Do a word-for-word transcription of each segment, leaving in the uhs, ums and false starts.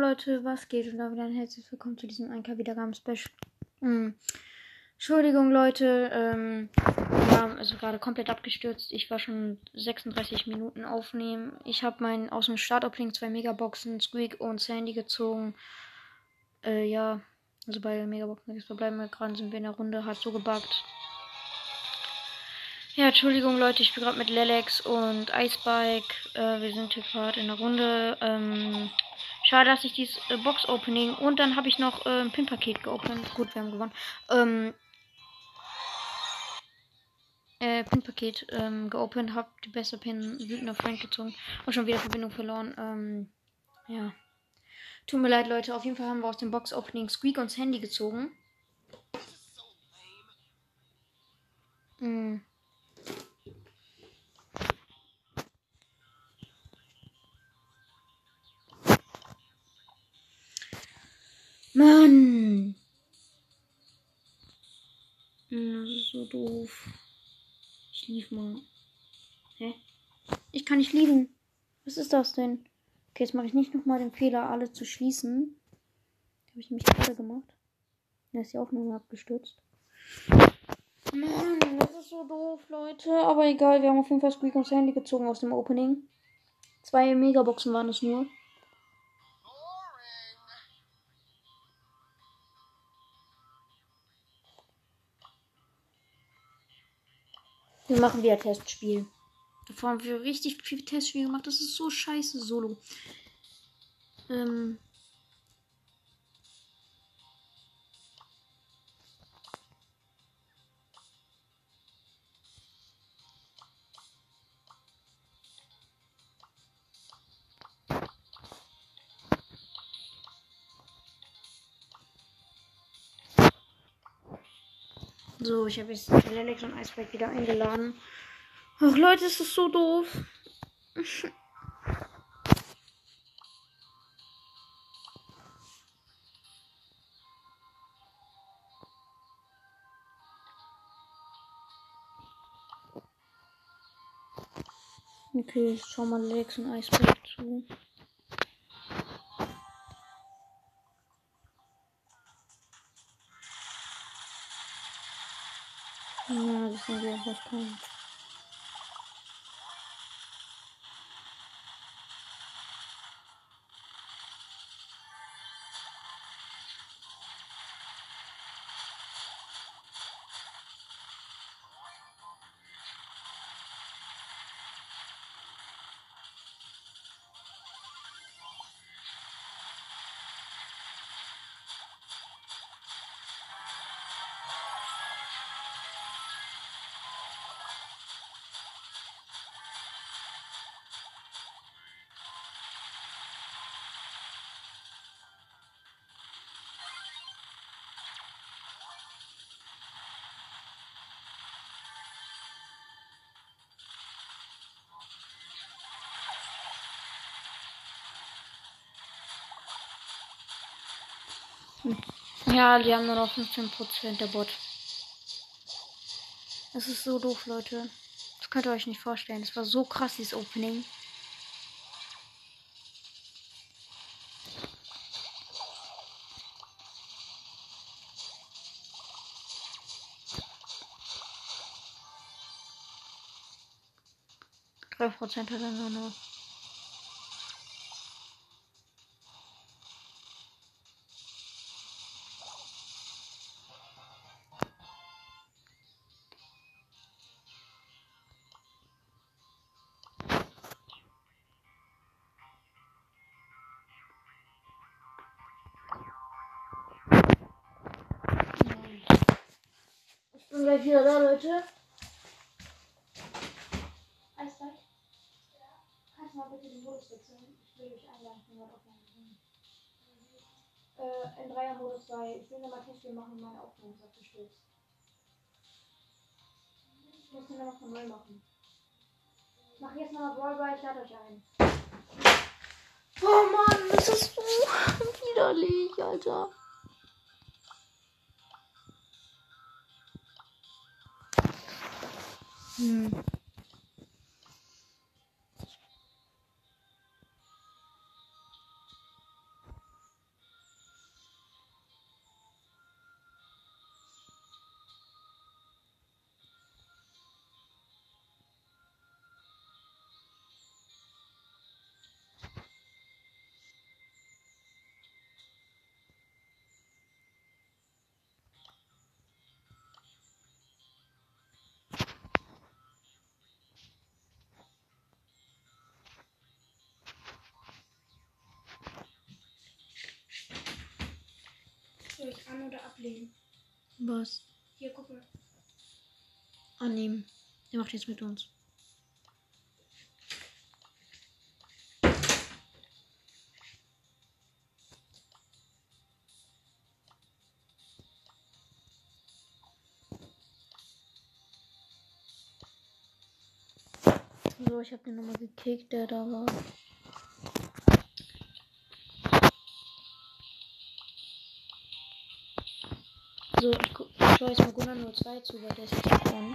Leute, was geht? Und da wieder ein herzlich willkommen zu diesem ein K Wiedergaben-Special. Hm. Entschuldigung Leute, ähm, ja, also gerade komplett abgestürzt. Ich war schon sechsunddreißig Minuten aufnehmen. Ich habe meinen aus dem Startup-Link zwei Megaboxen, Squeak und Sandy gezogen. Äh, ja, also bei Megaboxen jetzt verbleiben wir gerade, sind wir in der Runde, hat so gebuggt. Ja, Entschuldigung Leute, ich bin gerade mit Lelex und Icebike. Äh, wir sind hier gerade in der Runde. Ähm, schade, dass ich dieses äh, Box-Opening und dann habe ich noch äh, ein Pin-Paket geopend. Gut, wir haben gewonnen. Ähm, äh, Pin-Paket ähm, geopend, habe die beste Pin wütender Frank gezogen und schon wieder Verbindung verloren. Ähm, ja. Tut mir leid, Leute. Auf jeden Fall haben wir aus dem Box-Opening Squeak und Handy gezogen. Mhm. Mann! Das ist so doof. Ich lief mal. Hä? Ich kann nicht lieben. Was ist das denn? Okay, jetzt mache ich nicht nochmal den Fehler, alle zu schließen. Habe ich nämlich gerade gemacht. Da ist die Aufnahme abgestürzt. Mann, das ist so doof, Leute. Aber egal, wir haben auf jeden Fall Squeak und Sandy gezogen aus dem Opening. Zwei Megaboxen waren es nur. Wir machen wieder Testspiel. Davor haben wir richtig viel Testspiel gemacht. Das ist so scheiße Solo. Ähm. So, ich habe jetzt Lelex und Icebreak wieder eingeladen. Ach Leute, ist das so doof. Okay, ich schau mal Lelex und Icebreak zu. Ja, das sind wir was kommt. Ja, die haben nur noch fünfzehn Prozent der Bot. Das ist so doof, Leute. Das könnt ihr euch nicht vorstellen. Das war so krass, dieses Opening. drei Prozent hat er nur noch. Ich bin gleich wieder da, Leute. Eisberg? Kannst du mal bitte den Modus wechseln? Ich will dich einladen, ich bin gerade offline. Äh, in Dreier-Modus, weil ich will nochmal Testspiel machen und meine Aufnahme ist abgestürzt. Ich muss den nochmal von neu machen. Ich mach jetzt nochmal Brawlball, ich lade euch ein. Oh Mann, das ist so widerlich, Alter. Hm. oder ablehnen? Was? Hier, guck mal. Annehmen. Der macht jetzt mit uns. So, ich habe den nochmal gekickt, der da war. So, ich, gu- ich schaue jetzt mal Gunnar null zwei zu, weil der ist jetzt dran.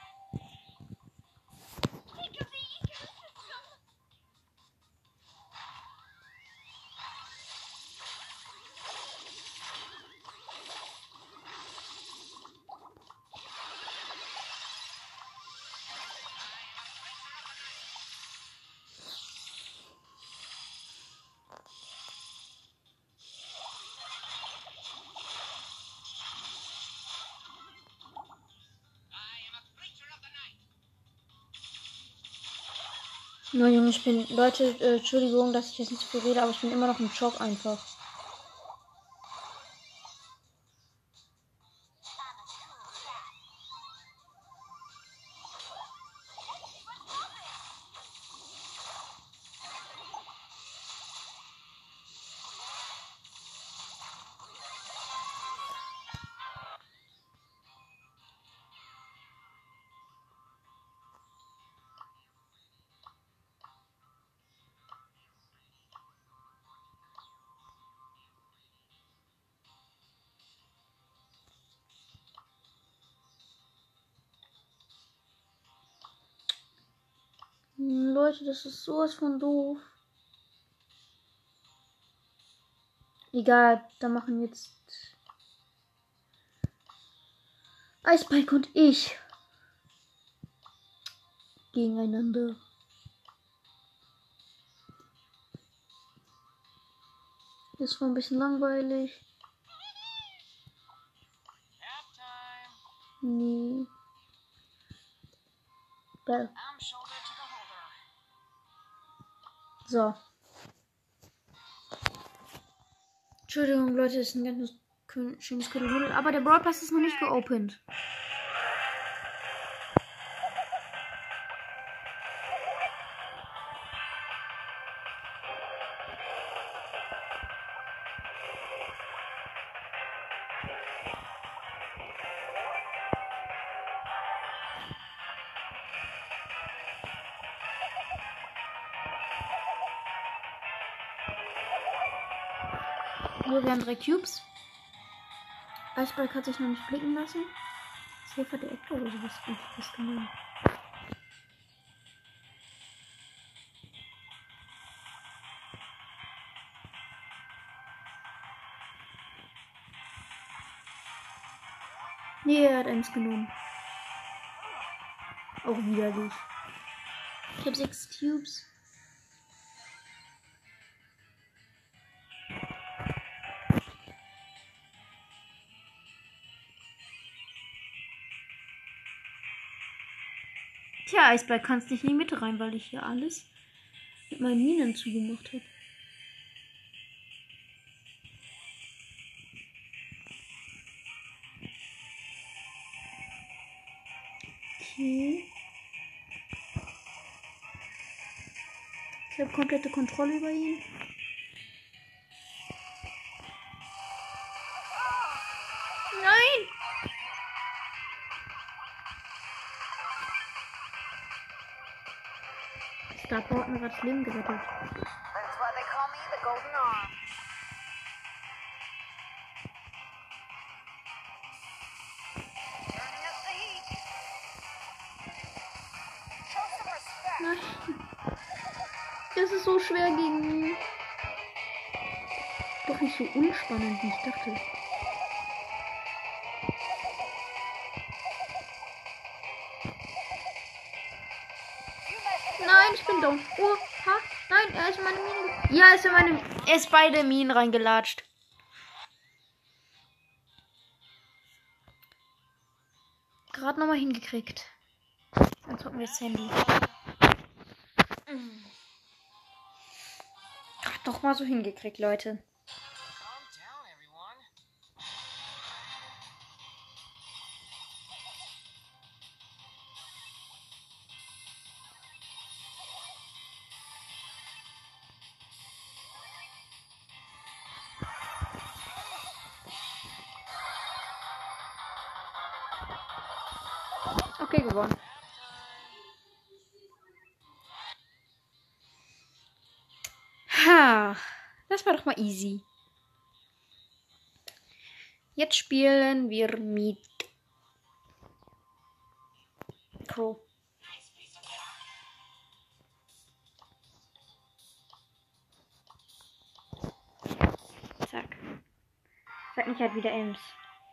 Na Junge, ich bin. Leute, äh, Entschuldigung, dass ich jetzt nicht so viel rede, aber ich bin immer noch im Schock einfach. Hm, Leute, das ist sowas von doof. Egal, da machen jetzt Eisbike und ich gegeneinander. Das war ein bisschen langweilig. Nee. Bäh. So. Entschuldigung, Leute, das ist ein ganz kü- schönes Kuddelmuddel, aber der Brawl Pass ist noch nicht geopend. So, wir haben drei Cubes. Eisberg hat sich noch nicht blicken lassen. Safe hat der Ecke oder sowas. Das kann man. Nee, er hat eins genommen. Auch widerlich. Ich habe sechs Cubes. Tja, Eisberg kannst nicht in die Mitte rein, weil ich hier alles mit meinen Minen zugemacht habe. Okay. Ich habe komplette Kontrolle über ihn. Nein! Starport hat mir gerade das Leben gerettet. That's why they call me the Golden Arm. Turning up the heat. Show some respect. Nein. Das ist so schwer gegen ihn. Doch nicht so unspannend, wie ich dachte. Nein, ich bin down. Oh, ha. Nein, er ist in meine Mine. Ja, er ist in meine. Er ist beide Minen reingelatscht. Gerade nochmal hingekriegt. Dann zocken wir das Handy. Gerade noch mal so hingekriegt, Leute. Okay, gewonnen. Ha, das war doch mal easy. Jetzt spielen wir mit Crow. Zack. Sag nicht, er hat wieder Ems.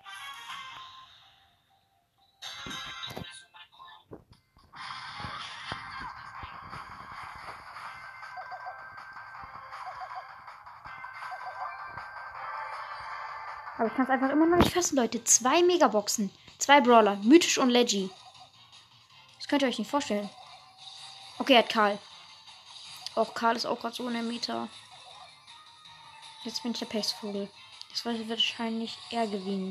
Aber ich kann es einfach immer noch nicht fassen, Leute. Zwei Megaboxen. Zwei Brawler. Mythisch und Leggy. Das könnt ihr euch nicht vorstellen. Okay, er hat Karl. Auch Karl ist auch gerade so in der Meta. Jetzt bin ich der Pechsvogel. Das wird wahrscheinlich er gewinnen.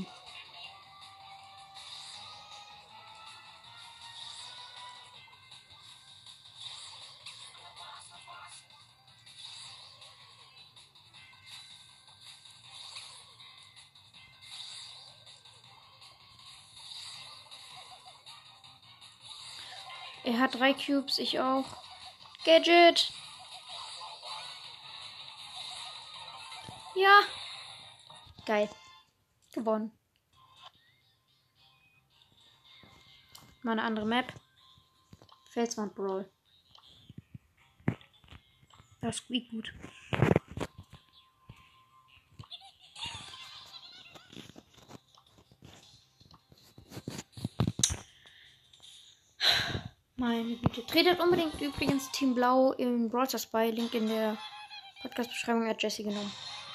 Er hat drei Cubes, ich auch. Gadget! Ja! Geil. Gewonnen. Mal eine andere Map. Felswand Brawl. Das ist wie gut. Meine Güte. Tretet unbedingt übrigens Team Blau im Brawl Stars bei. Link in der Podcast-Beschreibung. Er hat Jessie genommen.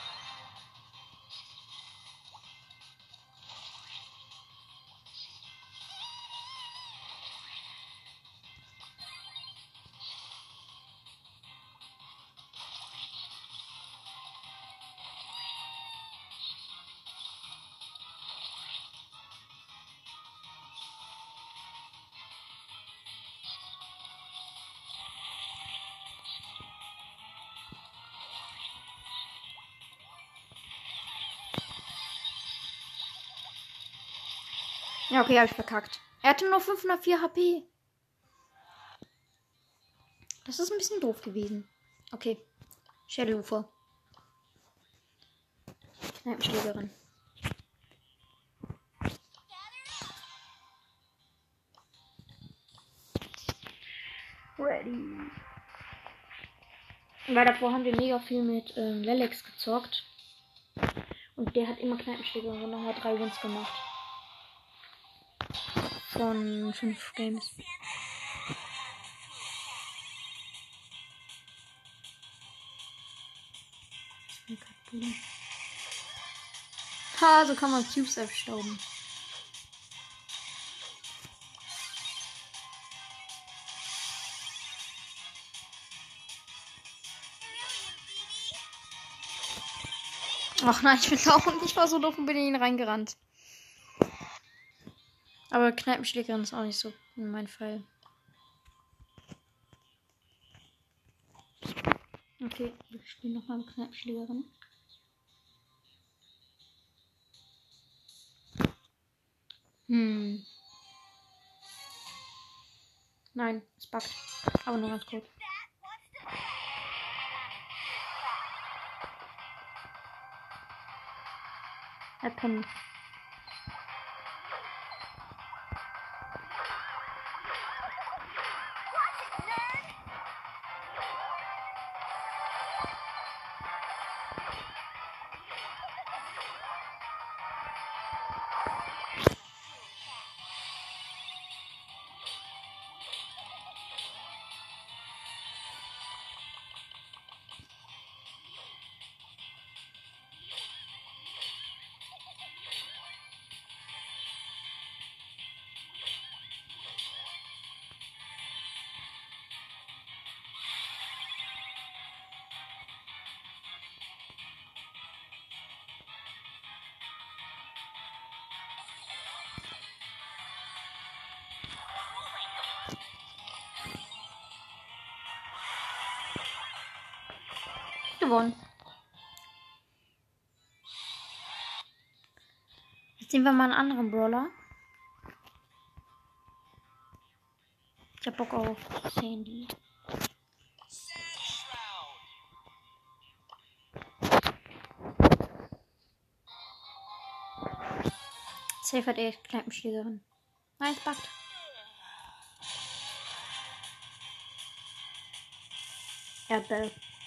Ja, okay, habe ich verkackt. Er hatte nur fünfhundertvier H P. Das ist ein bisschen doof gewesen. Okay. Schädelufer. Kneipenschlägerin. Ready. Weil davor haben wir mega viel mit ähm, Lelex gezockt. Und der hat immer Kneipenschlägerin und nochmal drei Wins gemacht. Von fünf Games. Ha, so kann man Cubes abstauben. Ach nein, ich bin laut. Ich war so doof und bin in ihn reingerannt. Aber Kneipenschlägerin ist auch nicht so in meinem Fall. Okay, wir spielen nochmal mit Kneipenschlägerin. Hm. Nein, es buggt. Aber nur ganz kurz. Er pennt. Gewonnen. Jetzt sehen wir mal einen anderen Brawler. Ich hab Bock auf Sandy. Safe hat echt Kneipenschlägerin. Nice, backt. Erdbeer.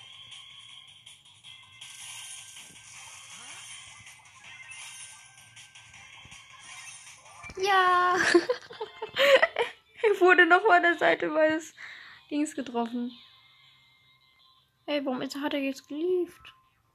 Ja! Ich wurde noch von der Seite meines Dings getroffen. Ey, warum ist, hat er jetzt gelieft?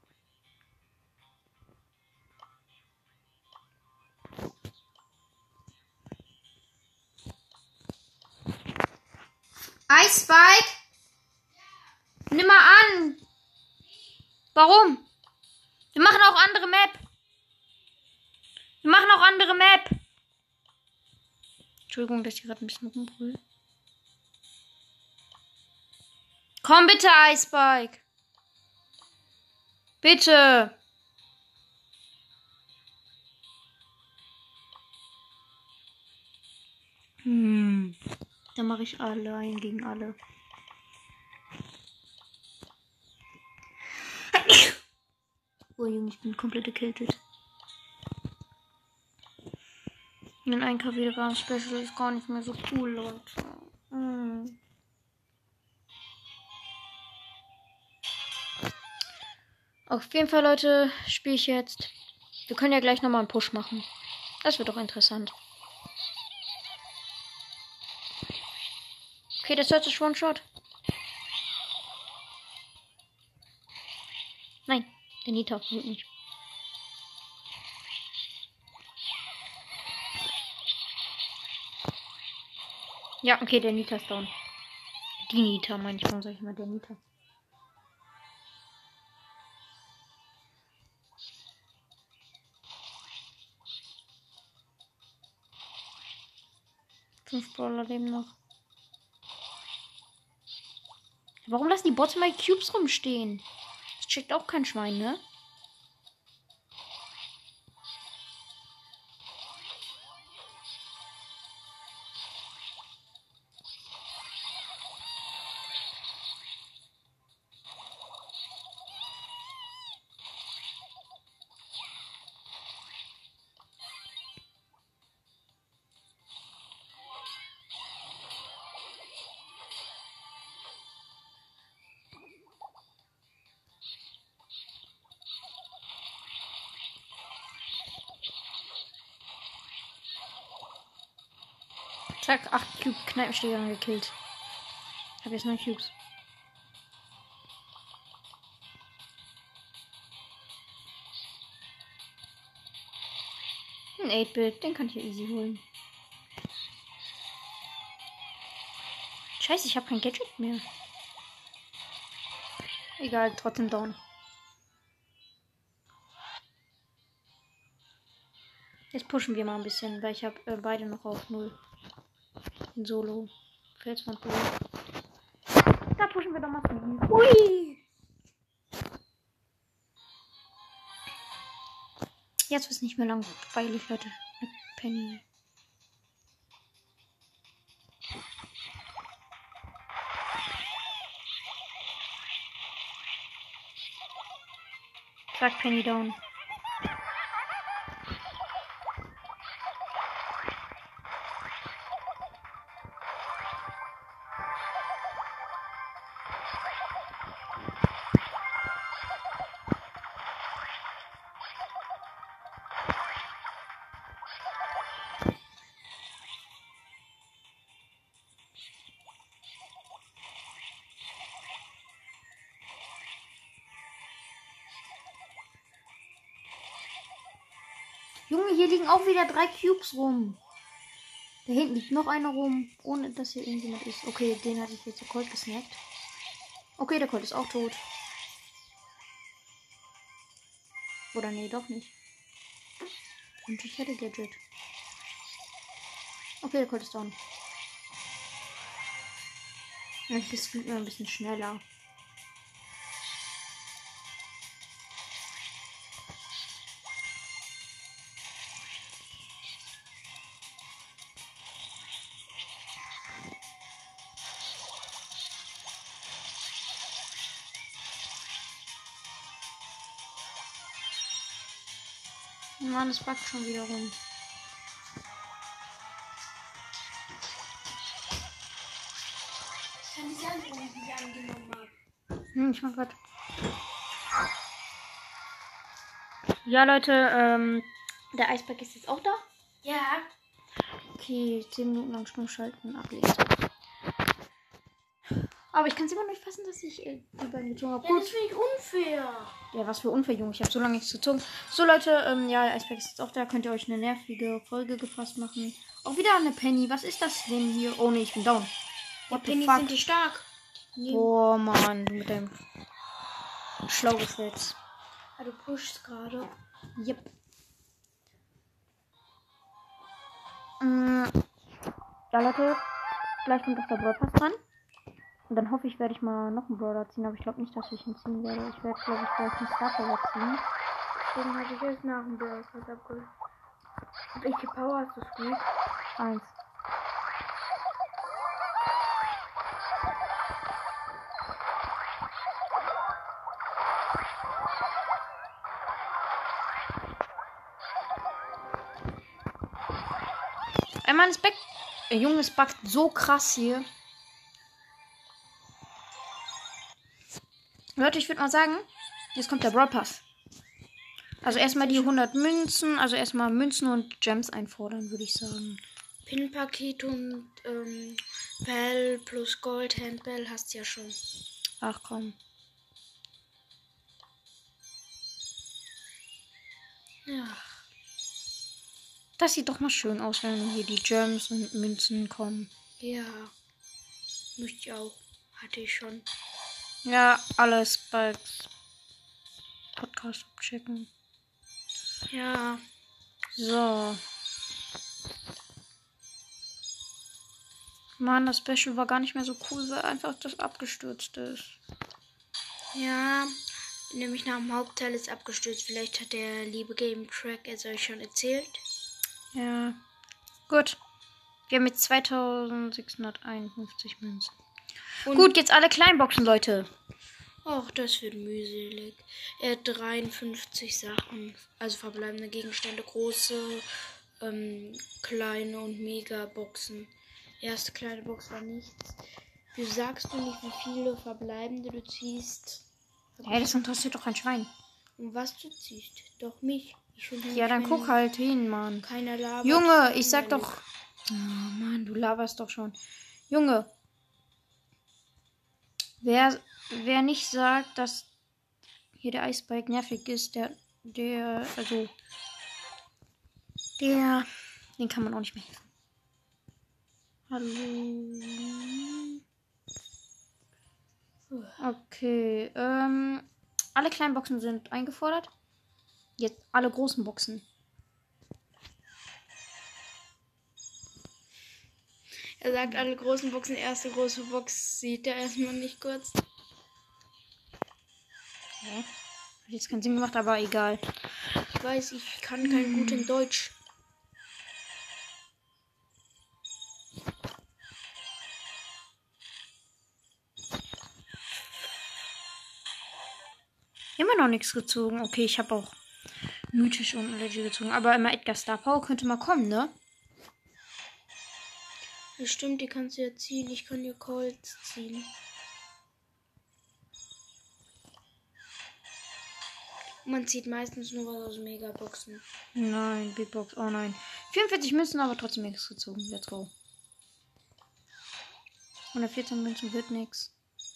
Ice Spike? Nimm mal an! Warum? Wir machen auch andere Map. Wir machen auch andere Map. Entschuldigung, dass ich gerade ein bisschen rumbrülle. Komm bitte, Ice Spike. Bitte. Hm. Dann mache ich allein gegen alle. Oh Junge, ich bin komplett gekiltet. Mein ein K wieder Special ist gar nicht mehr so cool, Leute. Hm. Auf jeden Fall, Leute, spiele ich jetzt. Wir können ja gleich nochmal einen Push machen. Das wird doch interessant. Okay, das hört sich One-Shot. Nein, der Nita holt nicht. Ja, okay, der Nita ist down. Die Nita, manchmal sag ich mal, der Nita. Fünf Brawler leben noch. Warum lassen die Bots mal Cubes rumstehen? Das checkt auch kein Schwein, ne? Zack, acht Cube Kneipenschläger gekillt. Ich habe jetzt neun Cubes. Ein acht-Bit, den kann ich ja easy holen. Scheiße, ich habe kein Gadget mehr. Egal, trotzdem down. Jetzt pushen wir mal ein bisschen, weil ich habe äh, beide noch auf null. In Solo. Felswand. Da pushen wir doch mal. Hui! Jetzt wird es nicht mehr langweilig, Leute. Mit Penny. Zack, Penny down. Junge, hier liegen auch wieder drei Cubes rum. Da hinten liegt noch einer rum, ohne dass hier irgendjemand ist. Okay, den hatte ich jetzt der Colt gesnackt. Okay, der Colt ist auch tot. Oder nee, doch nicht. Und ich hätte Gadget. Okay, der Colt ist down. Das spielt mir ein bisschen schneller. Mann, es backt schon wieder rum. Kann ich sagen, wo ich mich angenommen habe. Hm, ich mach grad. Ja, Leute, ähm, der Eisberg ist jetzt auch da. Ja. Okay, zehn Minuten lang Stumm schalten, ablesen. Aber ich kann es immer noch nicht fassen, dass ich äh, die beiden gezogen habe. Ja, das finde ich unfair. Ja, was für unfair, Junge. Ich habe so lange nichts gezogen. So, Leute, ähm, ja, der Eisberg ist jetzt auch da. Könnt ihr euch eine nervige Folge gefasst machen. Auch wieder eine Penny. Was ist das denn hier? Oh, nee, ich bin down. What the Penny fuck? sind die stark. Nee. Boah, Mann, du mit deinem Schlaugeflex. Ah, du pushst gerade. Yep. Mm, ja, Leute, gleich kommt auch der Brawl Pass dran. Und dann hoffe ich, werde ich mal noch einen Brawler ziehen. Aber ich glaube nicht, dass ich ihn ziehen werde. Ich werde, glaube ich, gleich einen Starter ziehen. Deswegen habe ich erst nach dem Brawl Pass abgeholt. Welche Power hast du, Squeak? Eins. Einmal ist Back. Der Junge ist backt so krass hier. Leute, ich würde mal sagen, jetzt kommt der Brawl Pass. Also erstmal die hundert Münzen, also erstmal Münzen und Gems einfordern, würde ich sagen. Pin-Paket und ähm, Bell plus Gold, Handbell hast du ja schon. Ach komm. Ja. Das sieht doch mal schön aus, wenn hier die Gems und Münzen kommen. Ja. Möchte ich auch. Hatte ich schon. Ja, alles bei Podcast abchecken. Ja. So. Mann, das Special war gar nicht mehr so cool, weil einfach das abgestürzt ist. Ja. Nämlich nach dem Hauptteil ist abgestürzt. Vielleicht hat der liebe Game Track es euch schon erzählt. Ja. Gut. Wir haben jetzt zweitausendsechshunderteinundfünfzig Münzen. Und Gut, jetzt alle Kleinboxen, Leute. Och, das wird mühselig. Er hat dreiundfünfzig Sachen. Also verbleibende Gegenstände. Große, ähm, kleine und Megaboxen. Erste kleine Box war nichts. Wie sagst du nicht, wie viele verbleibende du ziehst? Hey, das interessiert doch kein Schwein. Und was du ziehst? Doch mich. Ich will Ja, dann nicht, guck wenn halt hin, Mann. Keiner labert. Junge, ich sag Langweilig. doch. Oh, Mann, du laberst doch schon. Junge. Wer, wer nicht sagt, dass hier der Eisberg nervig ist, der, der, also, der, den kann man auch nicht mehr helfen. Hallo. Okay, ähm, alle kleinen Boxen sind eingefordert. Jetzt alle großen Boxen. Er sagt alle großen Boxen. Erste große Box sieht er erstmal nicht kurz. Hä? Hat jetzt keinen Sinn gemacht, aber egal. Ich weiß, ich kann kein gut in Deutsch. Immer noch nichts gezogen. Okay, ich habe auch mythisch und Legend gezogen. Aber immer Edgar Star Power könnte mal kommen, ne? Das stimmt, die kannst du ja ziehen. Ich kann dir Colts ziehen. Man zieht meistens nur was aus Megaboxen. Nein, Big Box. Oh nein. vierundvierzig Münzen, aber trotzdem nichts gezogen. Let's go. hundertvierzehn Münzen wird nichts.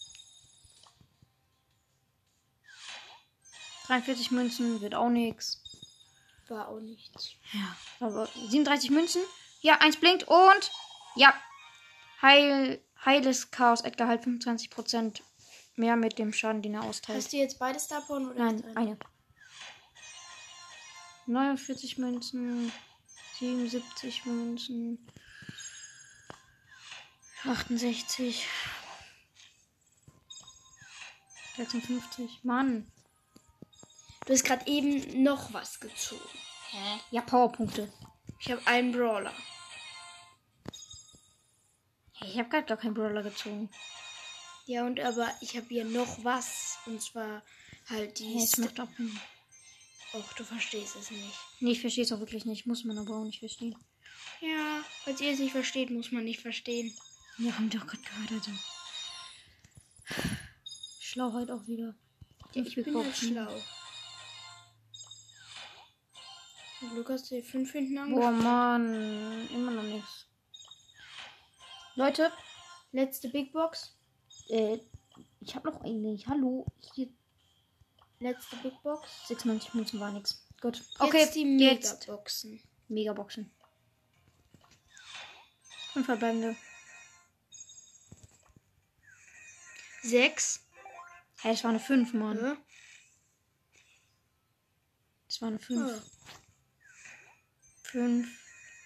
dreiundvierzig Münzen wird auch nichts. War auch nichts. Ja, aber siebenunddreißig Münzen. Ja, eins blinkt und ja. Heil, heiles Chaos. Edgar halt fünfundzwanzig Prozent mehr mit dem Schaden, den er austeilt. Hast du jetzt beide Star Power oder Nein, jetzt eine. neunundvierzig Münzen. siebenundsiebzig Münzen. achtundsechzig. sechsundfünfzig. Mann. Du hast gerade eben noch was gezogen. Hä? Ja, Powerpunkte. Ich habe einen Brawler. Hey, ich habe gerade gar keinen Brawler gezogen. Ja, und aber ich habe hier noch was. Und zwar halt die... Hey, es Sta- macht auch Sinn. Och, du verstehst es nicht. Nee, ich verstehe es auch wirklich nicht. Muss man aber auch nicht verstehen. Ja, falls ihr es nicht versteht, muss man nicht verstehen. Wir haben doch gerade gehört, also. Schlauheit auch wieder. Ja, ich bin halt schlau. Zum Glück hast du die fünf hinten Boah, angefangen. Mann. Immer noch nichts. Leute, Letzte Big Box. äh, ich habe noch eine. Hallo. Hier, Letzte Big Box. sechsundneunzig Münzen war nichts. Gut. Okay, Okay, jetzt die jetzt. Megaboxen. Megaboxen. Fünf verbleibende. Sechs. Hey, das war eine fünf, Mann. Ja. Das war eine fünf. Ja. fünf.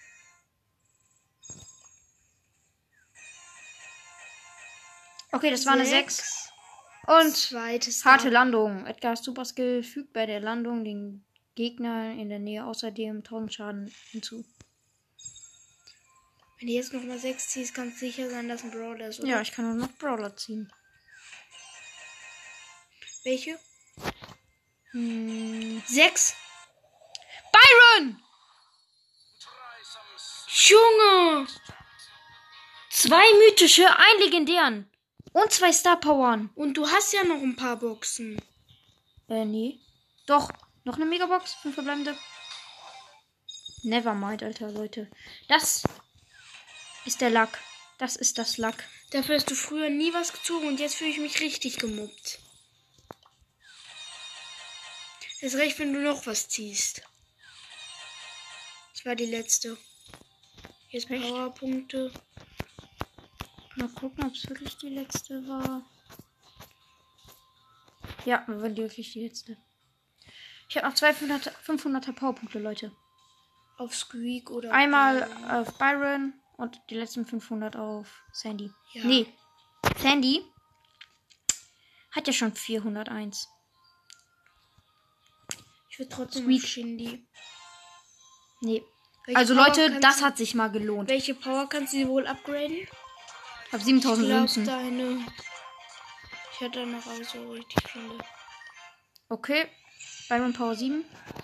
Okay, das war eine sechs. Und Zweites harte Mal. Landung. Edgars Superskill fügt bei der Landung den Gegner in der Nähe außerdem tausend Schaden hinzu. Wenn du jetzt noch mal sechs ziehst, kannst du sicher sein, dass ein Brawler ist, oder? Ja, ich kann nur noch Brawler ziehen. Welche? Hm. Sechs. Byron! Junge! Zwei mythische, ein legendären. Und zwei Star Powern. Und du hast ja noch ein paar Boxen. Äh, nee. Doch. Noch eine Megabox. Fünf verbleibende. Nevermind, Alter, Leute. Das ist der Lack. Das ist das Lack. Dafür hast du früher nie was gezogen und jetzt fühle ich mich richtig gemobbt. Ist recht, wenn du noch was ziehst. Das war die letzte. Jetzt Echt? Powerpunkte. Mal gucken, ob es wirklich die letzte war. Ja, war wirklich die letzte. Ich habe noch zwei fünfhunderter Powerpunkte, Leute. Auf Squeak oder Einmal auf, auf Byron und die letzten fünfhundert auf Sandy. Ja. Nee, Sandy hat ja schon vierhunderteins. Ich würde trotzdem Squeak. auf Shindy. Nee. Welche Also Power Leute, kannst das du- hat sich mal gelohnt. Welche Power kannst du wohl upgraden? Auf siebentausend Ich glaube Münzen. deine. Ich hätte noch auch so richtig viele. Okay. Byron Power sieben.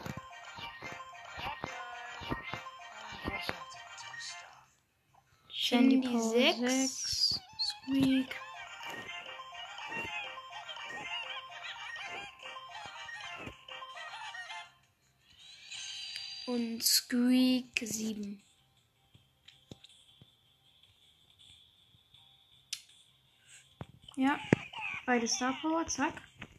Sandy Shindy Power sechs. sechs. Squeak. Und Squeak sieben. Ja. Beide Star Power, zack.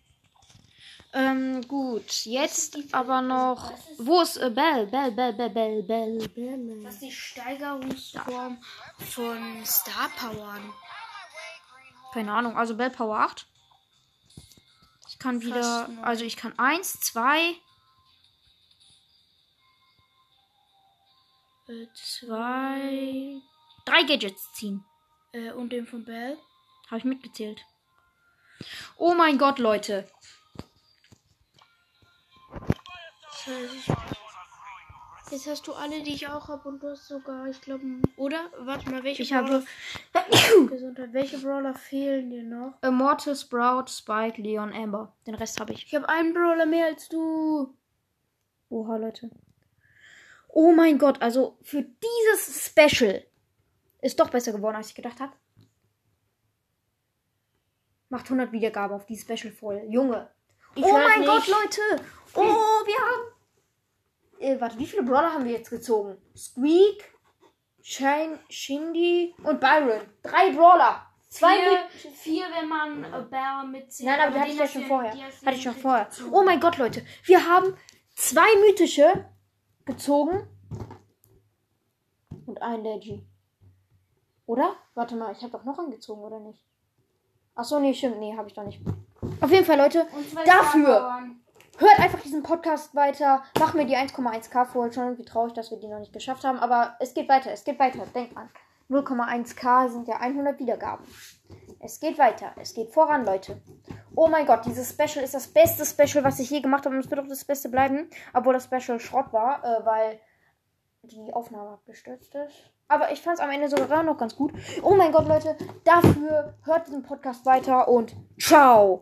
Ähm, gut. Jetzt aber noch. Wo ist äh, Bell? Bell, Bell, Bell, Bell, Bell, Bell. Was ist die Steigerungsform von Star Powern? Keine Ahnung. Also Bell Power acht. Ich kann wieder. Fast neun. Also ich kann eins, zwei, Äh, zwei, drei Gadgets ziehen. äh, und den von Bell? Habe ich mitgezählt. Oh mein Gott, Leute. Das heißt, ich, jetzt hast du alle, die ich auch habe und du hast sogar, ich glaube, oder? Warte mal, welche Ich habe Gesundheit, welche Brawler fehlen dir noch? Immortal, Sprout, Spike, Leon, Amber. Den Rest habe ich. Ich habe einen Brawler mehr als du. Oha, Leute. Oh mein Gott, also für dieses Special ist doch besser geworden, als ich gedacht habe. Macht hundert Wiedergaben auf die Special voll. Junge. Ich oh hör mein nicht. Gott, Leute. Oh, wir haben... Äh, warte, wie viele Brawler haben wir jetzt gezogen? Squeak, Shine, Shindy und Byron. Drei Brawler. Zwei mit... Vier, vier, wenn man äh, Bell mitzählt. Nein, aber die hatte den ich ja hast schon du- vorher. die hast du Hatte ich schon nicht vorher. gezogen. Oh mein Gott, Leute. Wir haben zwei mythische gezogen. Und ein Leggy. Oder? Warte mal, ich habe doch noch einen gezogen, oder nicht? Ach so, nee, stimmt. Nee, habe ich doch nicht. Auf jeden Fall, Leute. Und zwei Dafür Star Powern. hört einfach diesen Podcast weiter. Machen wir die eins Komma eins K voll. Schon irgendwie traurig, dass wir die noch nicht geschafft haben. Aber es geht weiter. Es geht weiter. Denkt an. null Komma eins K sind ja hundert Wiedergaben. Es geht weiter. Es geht voran, Leute. Oh mein Gott, dieses Special ist das beste Special, was ich je gemacht habe. Und es wird auch das Beste bleiben. Obwohl das Special Schrott war, äh, weil die Aufnahme abgestürzt ist. Aber ich fand es am Ende sogar noch ganz gut. Oh mein Gott, Leute. Dafür hört diesen Podcast weiter und ciao.